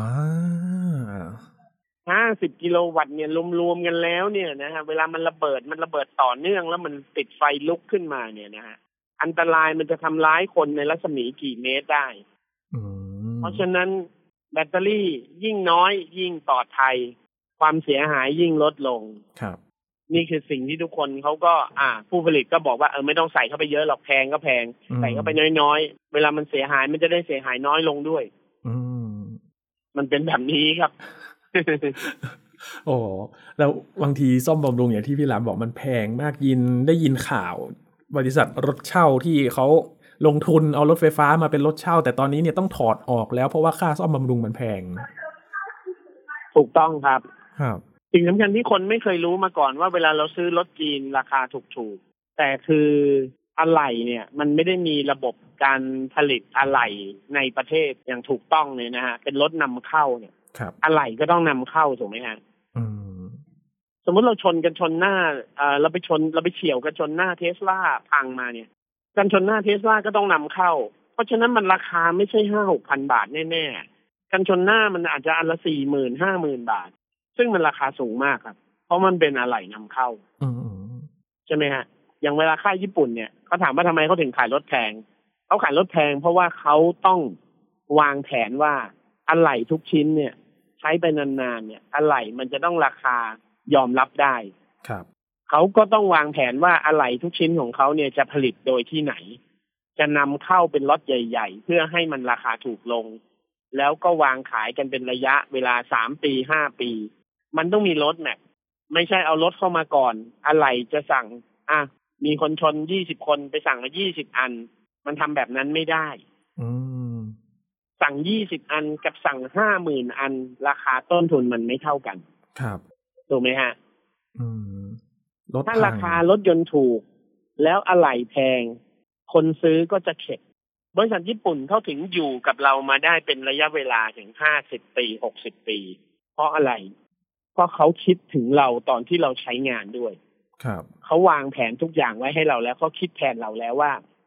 ห้าสิบกิโลวัตต์เนี่ยรวมๆกันแล้วเนี่ยนะฮะเวลามันระเบิดมันระเบิดต่อเนื่องแล้วมันติดไฟลุกขึ้นมาเนี่ยนะฮะอันตรายมันจะทำร้ายคนในรัศมีกี่เมตรได้เพราะฉะนั้นแบตเตอรี่ยิ่งน้อยยิ่งปลอดภัยความเสียหายยิ่งลดลงครับนี่คือสิ่งที่ทุกคนเขาก็อ่าผู้ผลิตก็บอกว่าเออไม่ต้องใส่เข้าไปเยอะหรอกแพงก็แพงใส่เข้าไปน้อยๆเวลามันเสียหายมันจะได้เสียหายน้อยลงด้วยมันเป็นแบบนี้ครับโอ้แล้วบางทีซ่อมบำรุงอย่างที่พี่หลามบอกมันแพงมากยินได้ยินข่าวบริษัทรถเช่าที่เขาลงทุนเอารถไฟฟ้ามาเป็นรถเช่าแต่ตอนนี้เนี่ยต้องถอดออกแล้วเพราะว่าค่าซ่อมบำรุงมันแพงถูกต้องครับครับสิ่งสำคัญที่คนไม่เคยรู้มาก่อนว่าเวลาเราซื้อรถจีนราคาถูกๆแต่คืออะไหล่เนี่ยมันไม่ได้มีระบบการผลิตอะไหล่ในประเทศอย่างถูกต้องเลยนะฮะเป็นรถนำเข้าเนี่ยอะไหล่ก็ต้องนำเข้าถูกไหมฮะสมมติเราชนกันชนหน้าเอ่อเราไปชนเราไปเฉี่ยวกันชนหน้า Tesla พังมาเนี่ยกันชนหน้า Tesla ก็ต้องนำเข้าเพราะฉะนั้นมันราคาไม่ใช่ ห้าหกพัน บาทแน่ๆกันชนหน้ามันอาจจะอันละ สี่หมื่น ห้าหมื่น บาทซึ่งมันราคาสูงมากครับเพราะมันเป็นอะไหล่นำเข้าใช่ไหมฮะอย่างเวลาค่ายญี่ปุ่นเนี่ยเขาถามว่าทำไมเขาถึงขายรถแพงเขาขายรถแพงเพราะว่าเขาต้องวางแผนว่าอะไหล่ทุกชิ้นเนี่ยใช้ไปนานๆเนี่ยอะไหล่มันจะต้องราคายอมรับได้ครับเขาก็ต้องวางแผนว่าอะไหล่ทุกชิ้นของเขาเนี่ยจะผลิตโดยที่ไหนจะนำเข้าเป็นล็อตใหญ่ๆเพื่อให้มันราคาถูกลงแล้วก็วางขายกันเป็นระยะเวลาสามปีห้าปีมันต้องมีรถแมพไม่ใช่เอารถเข้ามาก่อนอะไหล่จะสั่งอ่ะมีคนชนยี่สิบคนไปสั่งมายี่สิบอันมันทำแบบนั้นไม่ได้อืมสั่งยี่สิบอันกับสั่งห้าหมื่นอันราคาต้นทุนมันไม่เท่ากันครับถูกไหมฮะอืมถ้าราคารถยนต์ถูกแล้วอะไหล่แพงคนซื้อก็จะเข็ดบริษัทญี่ปุ่นเขาถึงอยู่กับเรามาได้เป็นระยะเวลาถึงห้าสิบปีหกสิบปีเพราะอะไรเพราะเขาคิดถึงเราตอนที่เราใช้งานด้วยครับเขาวางแผนทุกอย่างไว้ให้เราแล้วเขาคิดแทนเราแล้วว่า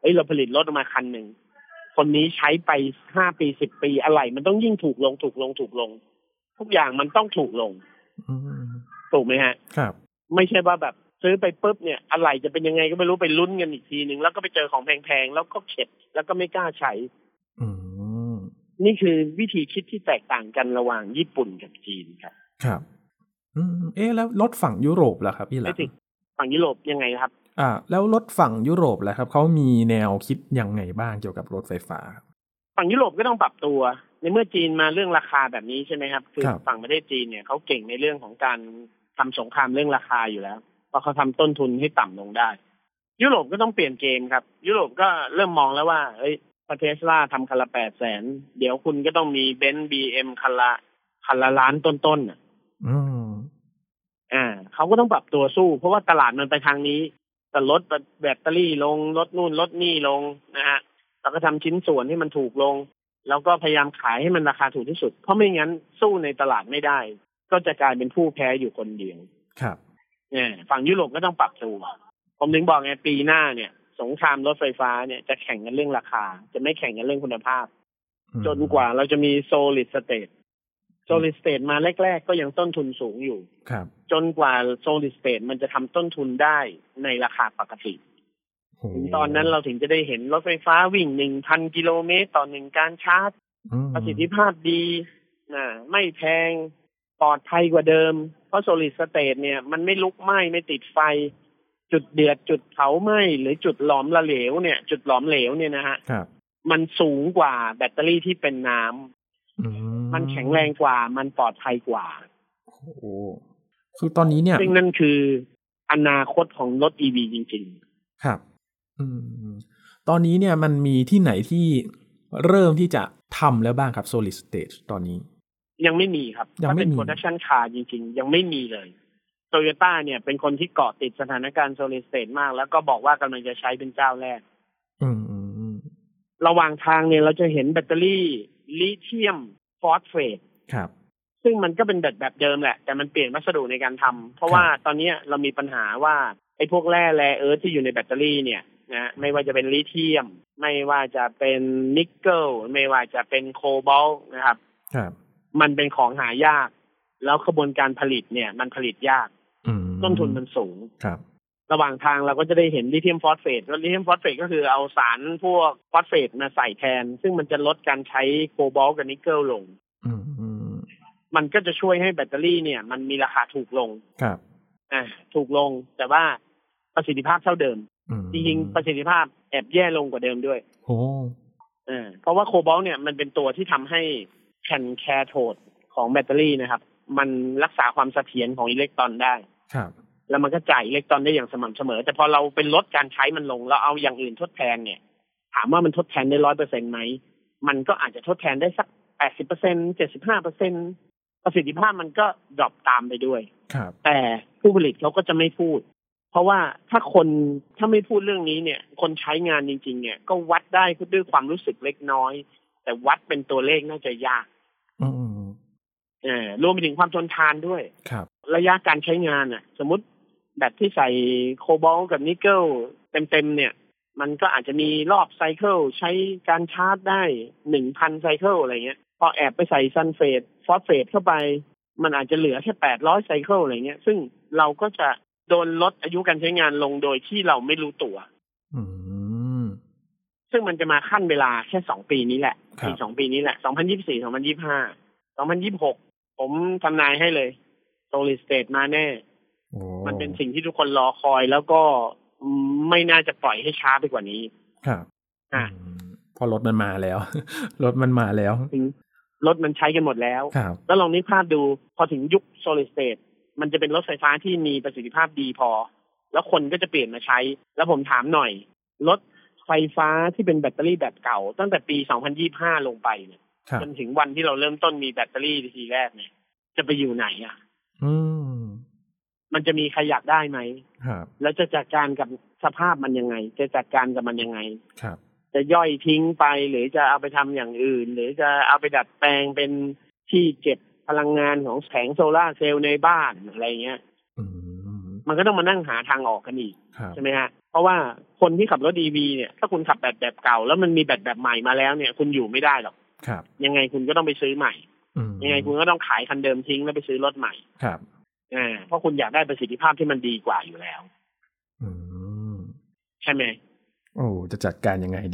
เอ้ยเราผลิตรถออกมาคันหนึ่งคนนี้ใช้ไปห้าปีสิบปีอะไรมันต้องยิ่งถูกลงถูกลงถูกลงทุกอย่างมันต้องถูกลงถูกไหมฮะครับไม่ใช่ว่าแบบซื้อไปปุ๊บเนี่ยอะไรจะเป็นยังไงก็ไม่รู้ไปลุ้นกันอีกทีนึงแล้วก็ไปเจอของแพงๆแล้วก็เข็ดแล้วก็ไม่กล้าใช้นี่คือวิธีคิดที่แตกต่างกันระหว่างญี่ปุ่นกับจีนครับครับอืมเอ๊ะแล้วรถฝั่งยุโรปล่ะครับพี่หลังฝั่งยุโรปยังไงครับอ่าแล้วรถฝั่งยุโรปล่ะครับเขามีแนวคิดยังไงบ้างเกี่ยวกับรถไฟฟ้าฝั่งยุโรปก็ต้องปรับตัวในเมื่อจีนมาเรื่องราคาแบบนี้ใช่ไหมครับคือฝั่งประเทศจีนเนี่ยเขาเก่งในเรื่องของการทำสงครามเรื่องราคาอยู่แล้วเพราะเขาทำต้นทุนให้ต่ำลงได้ยุโรปก็ต้องเปลี่ยนเกมครับยุโรปก็เริ่มมองแล้วว่าเอ้ยเทสลาทำคันละแปดแสนเดี๋ยวคุณก็ต้องมีเบนซ์บีเอ็มคันละคันละล้านต้นๆอ่ะอืมอ่าเขาก็ต้องปรับตัวสู้เพราะว่าตลาดมันไปทางนี้แต่ลดแบตเตอรี่ลงลดนู่นลดนี่ลงนะฮะแล้วก็ทำชิ้นส่วนให้มันถูกลงแล้วก็พยายามขายให้มันราคาถูกที่สุดเพราะไม่งั้นสู้ในตลาดไม่ได้ก็จะกลายเป็นผู้แพ้อยู่คนเดียวครับเนี่ยฝั่งยุโรปก็ต้องปรับตัวผมถึงบอกไงปีหน้าเนี่ยสงครามรถไฟฟ้าเนี่ยจะแข่งกันเรื่องราคาจะไม่แข่งกันเรื่องคุณภาพจนกว่าเราจะมี solid state solid state มาแรกๆก็ยังต้นทุนสูงอยู่ครับจนกว่า solid state มันจะทำต้นทุนได้ในราคาปกติถึงตอนนั้นเราถึงจะได้เห็นรถไฟฟ้าวิ่ง หนึ่งพัน กิโลเมตรต่อหนึ่งการชาร์จประสิทธิภาพดีนะไม่แพงปลอดภัยกว่าเดิมเพราะ solid state เนี่ยมันไม่ลุกไหม้ไม่ติดไฟจุดเดือดจุดเผาไหม้หรือจุดหลอมละเหลวเนี่ยจุดหลอมเหลวเนี่ยนะฮะมันสูงกว่าแบตเตอรี่ที่เป็นน้ำมันแข็งแรงกว่ามันปลอดภัยกว่าโอ้โหคือตอนนี้เนี่ยซึ่งนั่นคืออนาคตของรถ อี วี จริงๆครับอืมตอนนี้เนี่ยมันมีที่ไหนที่เริ่มที่จะทำแล้วบ้างครับ solid state ตอนนี้ยังไม่มีครับถ้าเป็น production car จริงๆยังไม่มีเลยโตโยต้าเนี่ยเป็นคนที่เกาะติดสถานการณ์ solid state มากแล้วก็บอกว่ากำลังจะใช้เป็นเจ้าแรกระหว่างทางเนี่ยเราจะเห็นแบตเตอรี่ลิเธียมฟอสเฟตครับซึ่งมันก็เป็นแบบแบบเดิมแหละแต่มันเปลี่ยนวัสดุในการทำเพราะว่าตอนนี้เรามีปัญหาว่าไอ้พวกแร่แร่เอิร์ธที่อยู่ในแบตเตอรี่เนี่ยนะไม่ว่าจะเป็นลิเธียมไม่ว่าจะเป็นนิกเกิลไม่ว่าจะเป็นโคบอลต์นะครับครับมันเป็นของหายากแล้วกระบวนการผลิตเนี่ยมันผลิตยากต้นทุนมันสูงครับระหว่างทางเราก็จะได้เห็นลิเธียมฟอสเฟตลิเธียมฟอสเฟตก็คือเอาสารพวกฟอสเฟตมาใส่แทนซึ่งมันจะลดการใช้โคบอลต์กับนิกเกิลลงมันก็จะช่วยให้แบตเตอรี่เนี่ยมันมีราคาถูกลงครับอ่าถูกลงแต่ว่าประสิทธิภาพเท่าเดิมจริงๆประสิทธิภาพแอบแย่ลงกว่าเดิมด้วยโอ้อ่าเพราะว่าโคบอลต์เนี่ยมันเป็นตัวที่ทำให้แผ่นแคโทดของแบตเตอรี่นะครับมันรักษาความเสถียรของอิเล็กตรอนได้ครับแล้วมันก็จ่ายอิเล็กตรอนได้อย่างสม่ำเสมอแต่พอเราเป็นลดการใช้มันลงแล้วเอาอย่างอื่นทดแทนเนี่ยถามว่ามันทดแทนได้ ร้อยเปอร์เซ็นต์ ไหมมันก็อาจจะทดแทนได้สัก แปดสิบเปอร์เซ็นต์ เจ็ดสิบห้าเปอร์เซ็นต์ ประสิทธิภาพมันก็ดรอปตามไปด้วยครับแต่ผู้ผลิตเขาก็จะไม่พูดเพราะว่าถ้าคนถ้าไม่พูดเรื่องนี้เนี่ยคนใช้งานจริงๆเนี่ยก็วัดได้ด้วยความรู้สึกเล็กน้อยแต่วัดเป็นตัวเลขน่าจะยากอืมเอ่อรวมไปถึงความทนทานด้วยครับระยะการใช้งานน่ะสมมุติแบตที่ใส่โคบอลต์กับนิกเกิลเต็มๆเนี่ยมันก็อาจจะมีรอบไซเคิลใช้การชาร์จได้ หนึ่งพัน ไซเคิลอะไรเงี้ยพอแอบไปใส่ซัลเฟตฟอสเฟตเข้าไปมันอาจจะเหลือแค่แปดร้อยไซเคิลอะไรเงี้ยซึ่งเราก็จะโดนลดอายุการใช้งานลงโดยที่เราไม่รู้ตัวอืมซึ่งมันจะมาขั้นเวลาแค่สองปีนี้แหละอีกสองปีนี้แหละสองพันยี่สิบสี่ สองพันยี่สิบห้า สองพันยี่สิบหกผมทำนายให้เลย solid state มาแน่มันเป็นสิ่งที่ทุกคนรอคอยแล้วก็ไม่น่าจะปล่อยให้ช้าไปกว่านี้ครับอ่าพอรถมันมาแล้วรถมันมาแล้วรถมันใช้กันหมดแล้วแล้วลองนึกภาพดูพอถึงยุค solid state มันจะเป็นรถไฟฟ้าที่มีประสิทธิภาพดีพอแล้วคนก็จะเปลี่ยนมาใช้แล้วผมถามหน่อยรถไฟฟ้าที่เป็นแบตเตอรี่แบบเก่าตั้งแต่ปีสองพันยี่สิบห้าลงไปเนี่ยจนถึงวันที่เราเริ่มต้นมีแบตเตอรี่ทีแรกเนี่ยจะไปอยู่ไหนอ่ะอืมมันจะมีใครอยากได้ไหมครับแล้วจะจัดการกับสภาพมันยังไงจะจัดการกับมันยังไงครับจะย่อยทิ้งไปหรือจะเอาไปทำอย่างอื่นหรือจะเอาไปดัดแปลงเป็นที่เก็บพลังงานของแผงโซล่าเซลล์ในบ้านอะไรเงี้ยมันก็ต้องมานั่งหาทางออกกันอีกใช่ไหมฮะเพราะว่าคนที่ขับรถ อี วี เนี่ยถ้าคุณขับแบตแบบเก่าแล้วมันมีแบตแบบใหม่มาแล้วเนี่ยคุณอยู่ไม่ได้หรอกครับยังไงคุณก็ต้องไปซื้อใหม่ยังไงคุณก็ต้องขายคันเดิมทิ้งแล้วไปซื้อรถใหม่ครับอ่าเพราะคุณอยากได้ประสิทธิภาพที่มันดีกว่าอยู่แล้วอืมใช่ไหมโอ้จะจัดการยังไงดี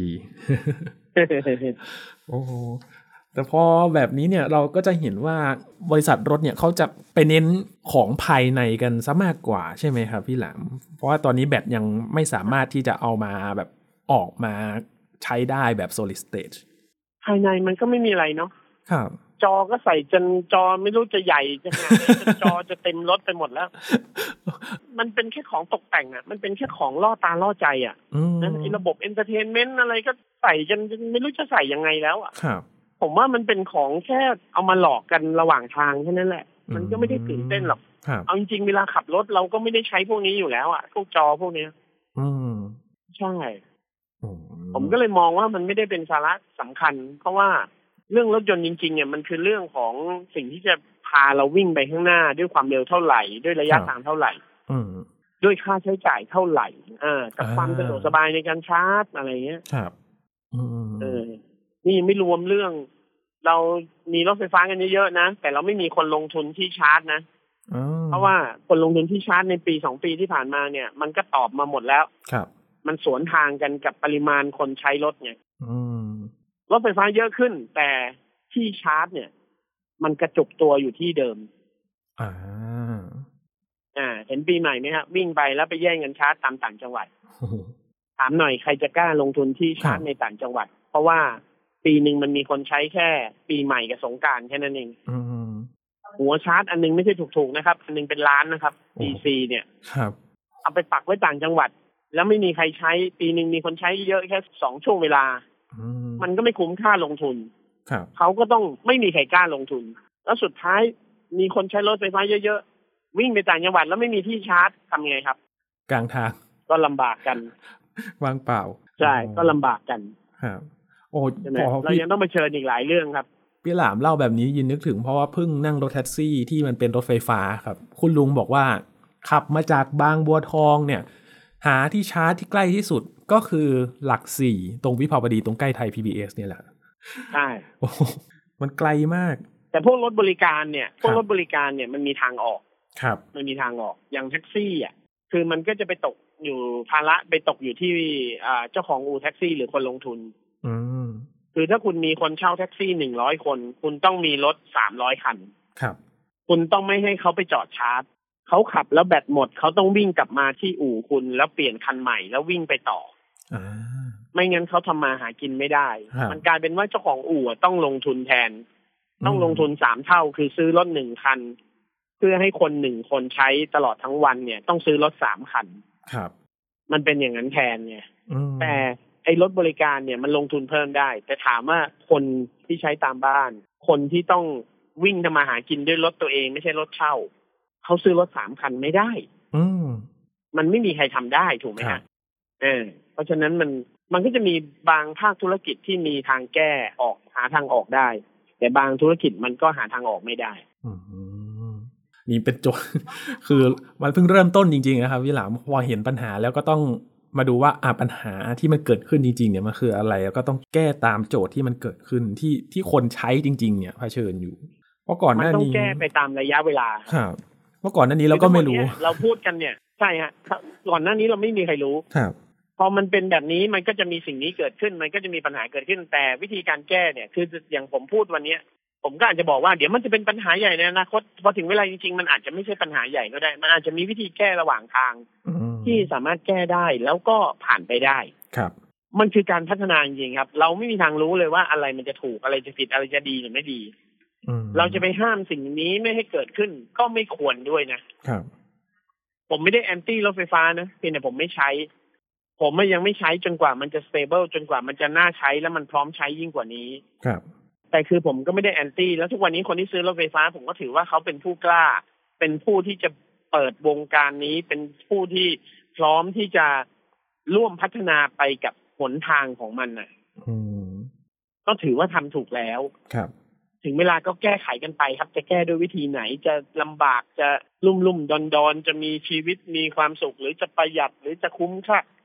โอ้แต่พอแบบนี้เนี่ยเราก็จะเห็นว่าบริษัทรถเนี่ยเขาจะไปเน้นของภายในกันซะมากกว่าใช่ไหมครับพี่หลามเพราะว่าตอนนี้แบตยังไม่สามารถที่จะเอามาแบบออกมาใช้ได้แบบ solid state ภายในมันก็ไม่มีอะไรเนาะครับจอก็ใส่จนจอไม่รู้จะใหญ่จะขนาดไหนจนจอจะเต็มรถไปหมดแล้ว มันเป็นแค่ของตกแต่งอ่ะมันเป็นแค่ของล่อตาล่อใจอ่ะนั่นไอ้ระบบเอนเตอร์เทนเมนต์อะไรก็ใส่จนไม่รู้จะใส่ยังไงแล้วอ่ะผมว่ามันเป็นของแค่เอามาหลอกกันระหว่างทางแค่นั้นแหละมันก็ไม่ได้ตื่นเต้นหรอกเอาจริงๆเวลาขับรถเราก็ไม่ได้ใช้พวกนี้อยู่แล้วอ่ะพวกจอพวกนี้อืมใช่ผมก็เลยมองว่ามันไม่ได้เป็นสาระสำคัญเพราะว่าเรื่องรถยนต์จริงๆเนี่ยมันคือเรื่องของสิ่งที่จะพาเราวิ่งไปข้างหน้าด้วยความเร็วเท่าไหร่ด้วยระยะทางเท่าไหร่ด้วยค่าใช้จ่ายเท่าไหร่อ่ากับความสะดวกสบายในการชาร์จอะไรเงี้ยครับเออนี่ไม่รวมเรื่องเรามีรถไฟฟ้ากันเยอะๆนะแต่เราไม่มีคนลงทุนที่ชาร์จนะเพราะว่าคนลงทุนที่ชาร์จในปีสองปีที่ผ่านมาเนี่ยมันก็ตอบมาหมดแล้วครับมันสวนทางกันกับปริมาณคนใช้รถไงรถไฟฟ้าเยอะขึ้นแต่ที่ชาร์จเนี่ยมันกระจุกตัวอยู่ที่เดิมอ่าอ่าเห็นปีใหม่ไหมครับวิ่งไปแล้วไปแย่งกันชาร์จตามต่างจังหวัด ถามหน่อยใครจะกล้าลงทุนที่ชาร์จในต่างจังหวัดเพราะว่าปีหนึ่งมันมีคนใช้แค่ปีใหม่กับสงกรานต์แค่นั้นเองหัวชาร์จอันนึงไม่ใช่ถูกๆนะครับอันนึงเป็นล้านนะครับ ดี ซี เนี่ยครับเอาไปปักไว้ต่างจังหวัดแล้วไม่มีใครใช้ปีหนึ่งมีคนใช้เยอะแค่สองช่วงเวลามันก็ไม่คุ้มค่าลงทุนเขาก็ต้องไม่มีใครกล้าลงทุนแล้วสุดท้ายมีคนใช้รถไฟฟ้าเยอะๆวิ่งไปต่างจังหวัดแล้วไม่มีที่ชาร์จทำไงครับกลางทางก็ลำบากกันว่างเปล่าใช่ก็ลำบากกันครับโอ้เรายังต้องไปเชิญอีกหลายเรื่องครับพี่หลามเล่าแบบนี้ยินนึกถึงเพราะว่าเพิ่งนั่งรถแท็กซี่ที่มันเป็นรถไฟฟ้าครับคุณลุงบอกว่าขับมาจากบางบัวทองเนี่ยหาที่ชาร์จที่ใกล้ที่สุดก็คือหลักสี่ตรงวิภาวดีตรงใกล้ไทย พี บี เอส เนี่ยแหละใช่โอ้มันไกลมากแต่พวกรถบริการเนี่ยพวกรถบริการเนี่ยมันมีทางออกครับมันมีทางออกอย่างแท็กซี่อ่ะคือมันก็จะไปตกอยู่ภาระไปตกอยู่ที่เจ้าของอู่แท็กซี่หรือคนลงทุนอืมคือถ้าคุณมีคนเช่าแท็กซี่หนึ่งร้อยคนคุณต้องมีรถสามร้อยคันครับคุณต้องไม่ให้เขาไปจอดชาร์จเขาขับแล้วแบตหมดเขาต้องวิ่งกลับมาที่อู่คุณแล้วเปลี่ยนคันใหม่แล้ววิ่งไปต่ออ่าไม่งั้นเขาทำมาหากินไม่ได้มันกลายเป็นว่าเจ้าของอู่ต้องลงทุนแทนต้องลงทุนสามเท่าคือซื้อรถหนึ่งคันเพื่อให้คนหนึ่งคนใช้ตลอดทั้งวันเนี่ยต้องซื้อรถสามคันครับมันเป็นอย่างนั้นแทนไงแต่ไอ้รถบริการเนี่ยมันลงทุนเพิ่มได้แต่ถามว่าคนที่ใช้ตามบ้านคนที่ต้องวิ่งทำมาหากินด้วยรถตัวเองไม่ใช่รถเช่าเขาซื้อรถสามคันไม่ได้อืมมันไม่มีใครทำได้ถูกไหมฮะเออเพราะฉะนั้นมันมันก็จะมีบางภาคธุรกิจที่มีทางแก้ออกหาทางออกได้แต่บางธุรกิจมันก็หาทางออกไม่ได้นี่เป็นโจทย์คือมันเพิ่งเริ่มต้นจริงๆนะครับพี่หลามพอเห็นปัญหาแล้วก็ต้องมาดูว่าอ่ะปัญหาที่มันเกิดขึ้นจริงๆเนี่ยมันคืออะไรแล้วก็ต้องแก้ตามโจทย์ที่มันเกิดขึ้นที่ที่คนใช้จริงๆเนี่ยเผชิญอยู่เพราะก่อนหน้านี้มันต้องแก้ไปตามระยะเวลาครับเมื่อก่อนหน้านี้เราก็ไม่รู้เราพูดกันเนี่ยใช่ฮะก่อนหน้านี้เราไม่มีใครรู้ครับพอมันเป็นแบบนี้มันก็จะมีสิ่งนี้เกิดขึ้นมันก็จะมีปัญหาเกิดขึ้นแต่วิธีการแก้เนี่ยคืออย่างผมพูดวันนี้ผมก็อาจจะบอกว่าเดี๋ยวมันจะเป็นปัญหาใหญ่ในอนาคตพอถึงเวลาจริงๆมันอาจจะไม่ใช่ปัญหาใหญ่ก็ได้มันอาจจะมีวิธีแก้ระหว่างทางที่สามารถแก้ได้แล้วก็ผ่านไปได้ครับมันคือการพัฒนาจริงๆครับเราไม่มีทางรู้เลยว่าอะไรมันจะถูกอะไรจะผิดอะไรจะดีหรือไม่ดีเราจะไปห้ามสิ่งนี้ไม่ให้เกิดขึ้นก็ไม่ควรด้วยนะครับผมไม่ได้แอนตี้รถไฟฟ้านะเพียงแต่ผมไม่ใช้ผมยังไม่ใช้จนกว่ามันจะสเตเบิลจนกว่ามันจะน่าใช้แล้วมันพร้อมใช้ยิ่งกว่านี้ครับแต่คือผมก็ไม่ได้แอนตี้แล้วทุกวันนี้คนที่ซื้อรถไฟฟ้าผมก็ถือว่าเขาเป็นผู้กล้าเป็นผู้ที่จะเปิดวงการนี้เป็นผู้ที่พร้อมที่จะร่วมพัฒนาไปกับหนทางของมันน่ะก็ถือว่าทำถูกแล้วครับถึงเวลาก็แก้ไขกันไปครับจะแก้ด้วยวิธีไหนจะลำบากจะลุ่มลุ่มดอนดอนจะมีชีวิตมีความสุขหรือจะประหยัดหรือจะคุ้มค่า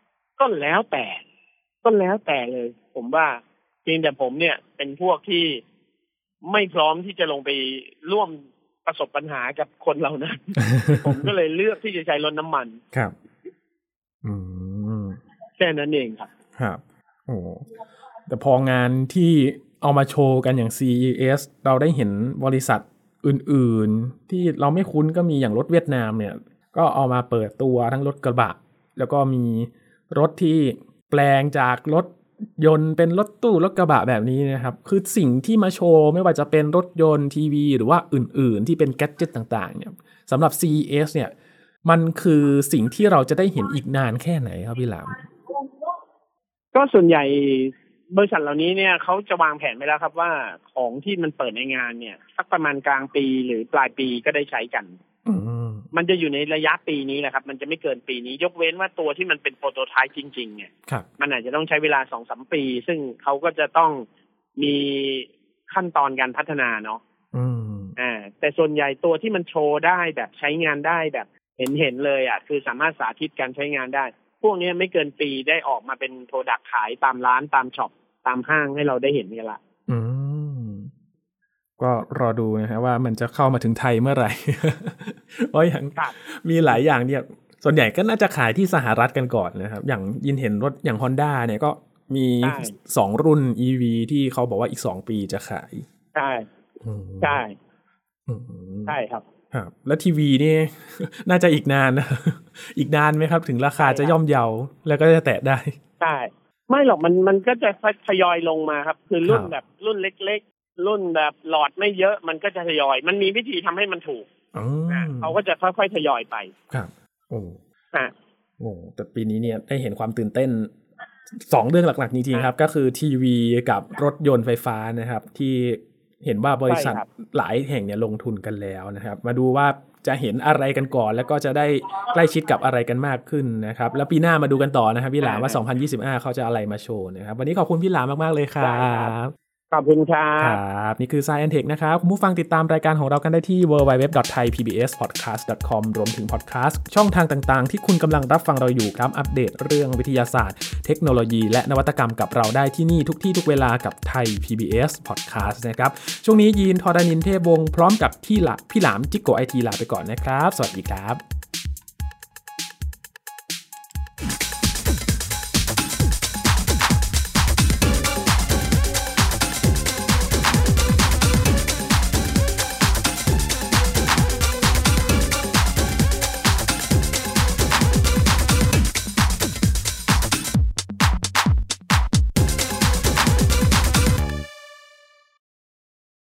ก็แล้วแต่ก็แล้วแต่เลยผมว่าจริงแต่ผมเนี่ยเป็นพวกที่ไม่พร้อมที่จะลงไปร่วมประสบปัญหากับคนเหล่านั้น ผมก็เลยเลือกที่จะใช้รถน้ำมันครับอืมแค่นั้นเองครับครับโอ้แต่พองานที่เอามาโชว์กันอย่าง ซี อี เอส เราได้เห็นบริษัทอื่นๆที่เราไม่คุ้นก็มีอย่างรถเวียดนามเนี่ยก็เอามาเปิดตัวทั้งรถกระบะแล้วก็มีรถที่แปลงจากรถยนต์เป็นรถตู้รถกระบะแบบนี้นะครับคือสิ่งที่มาโชว์ไม่ว่าจะเป็นรถยนต์ทีวีหรือว่าอื่นๆที่เป็นแกดเจ็ตต่างๆเนี่ยสำหรับ ซี อี เอส เนี่ยมันคือสิ่งที่เราจะได้เห็นอีกนานแค่ไหนครับพี่หลามก็ส่วนใหญ่บริษัทเหล่านี้เนี่ยเขาจะวางแผนไว้แล้วครับว่าของที่มันเปิดในงานเนี่ยสักประมาณกลางปีหรือปลายปีก็ได้ใช้กันมันจะอยู่ในระยะปีนี้แหละครับมันจะไม่เกินปีนี้ยกเว้นว่าตัวที่มันเป็นโปรโตไทป์จริงๆเนี่ยมันอาจจะต้องใช้เวลา สองถึงสาม ปีซึ่งเขาก็จะต้องมีขั้นตอนการพัฒนาเนาะอ่าแต่ส่วนใหญ่ตัวที่มันโชว์ได้แบบใช้งานได้แบบเห็นๆเลยอ่ะคือสามารถสาธิตการใช้งานได้พวกนี้ไม่เกินปีได้ออกมาเป็นโปรดักต์ขายตามร้านตามช็อปตามห้างให้เราได้เห็นกันละอืมก็รอดูนะฮะว่ามันจะเข้ามาถึงไทยเมื่อไหร่ เพราะอย่างมีหลายอย่างเนี่ยส่วนใหญ่ก็น่าจะขายที่สหรัฐกันก่อนนะครับอย่างยินเห็นรถอย่าง Honda เนี่ยก็มีสองรุ่น อี วี ที่เขาบอกว่าอีกสองปีจะขายใช่ใช่ใช่ครับครับแล้วทีวีนี่ น่าจะอีกนานนะอีกนานไหมครับถึงราคาจะย่อมเยาแล้วก็จะแตะได้ใช่ไม่หรอกมันมันก็จะทยอยลงมาครับคือรุ่นแบบรุ่นเล็กๆรุ่นแบบหลอดไม่เยอะมันก็จะทยอยมันมีวิธีทำให้มันถูกเขาก็จะค่อยๆทยอยไปครับโอ้ฮะโอ้แต่ปีนี้เนี่ยได้เห็นความตื่นเต้นสองเรื่องหลักๆจริงๆครับก็คือทีวีกับรถยนต์ไฟฟ้านะครับที่เห็นว่าบริษัทหลายแห่งเนี่ยลงทุนกันแล้วนะครับมาดูว่าจะเห็นอะไรกันก่อนแล้วก็จะได้ใกล้ชิดกับอะไรกันมากขึ้นนะครับแล้วปีหน้ามาดูกันต่อนะครับพี่หลามว่าสองพันยี่สิบห้าเขาจะอะไรมาโชว์นะครับวันนี้ขอบคุณพี่หลามมากๆเลยครับขอบคุณครับครับนี่คือ Science Tech นะครับคุณผู้ฟังติดตามรายการของเรากันได้ที่ ดับเบิลยู ดับเบิลยู ดับเบิลยู ดอท ไทย พี บี เอส พอดแคสต์ ดอท คอม รวมถึงพอดแคสต์ช่องทางต่างๆที่คุณกำลังรับฟังเราอยู่ครับอัปเดตเรื่องวิทยาศาสตร์เทคโนโลยีและนวัตกรรมกับเราได้ที่นี่ทุกที่ทุกเวลากับไทย พี บี เอส Podcast นะครับช่วงนี้ยีนทรณินเทพวงศ์พร้อมกับที่พี่หลามจิกโก ไอ ที ลาไปก่อนนะครับสวัสดีครับ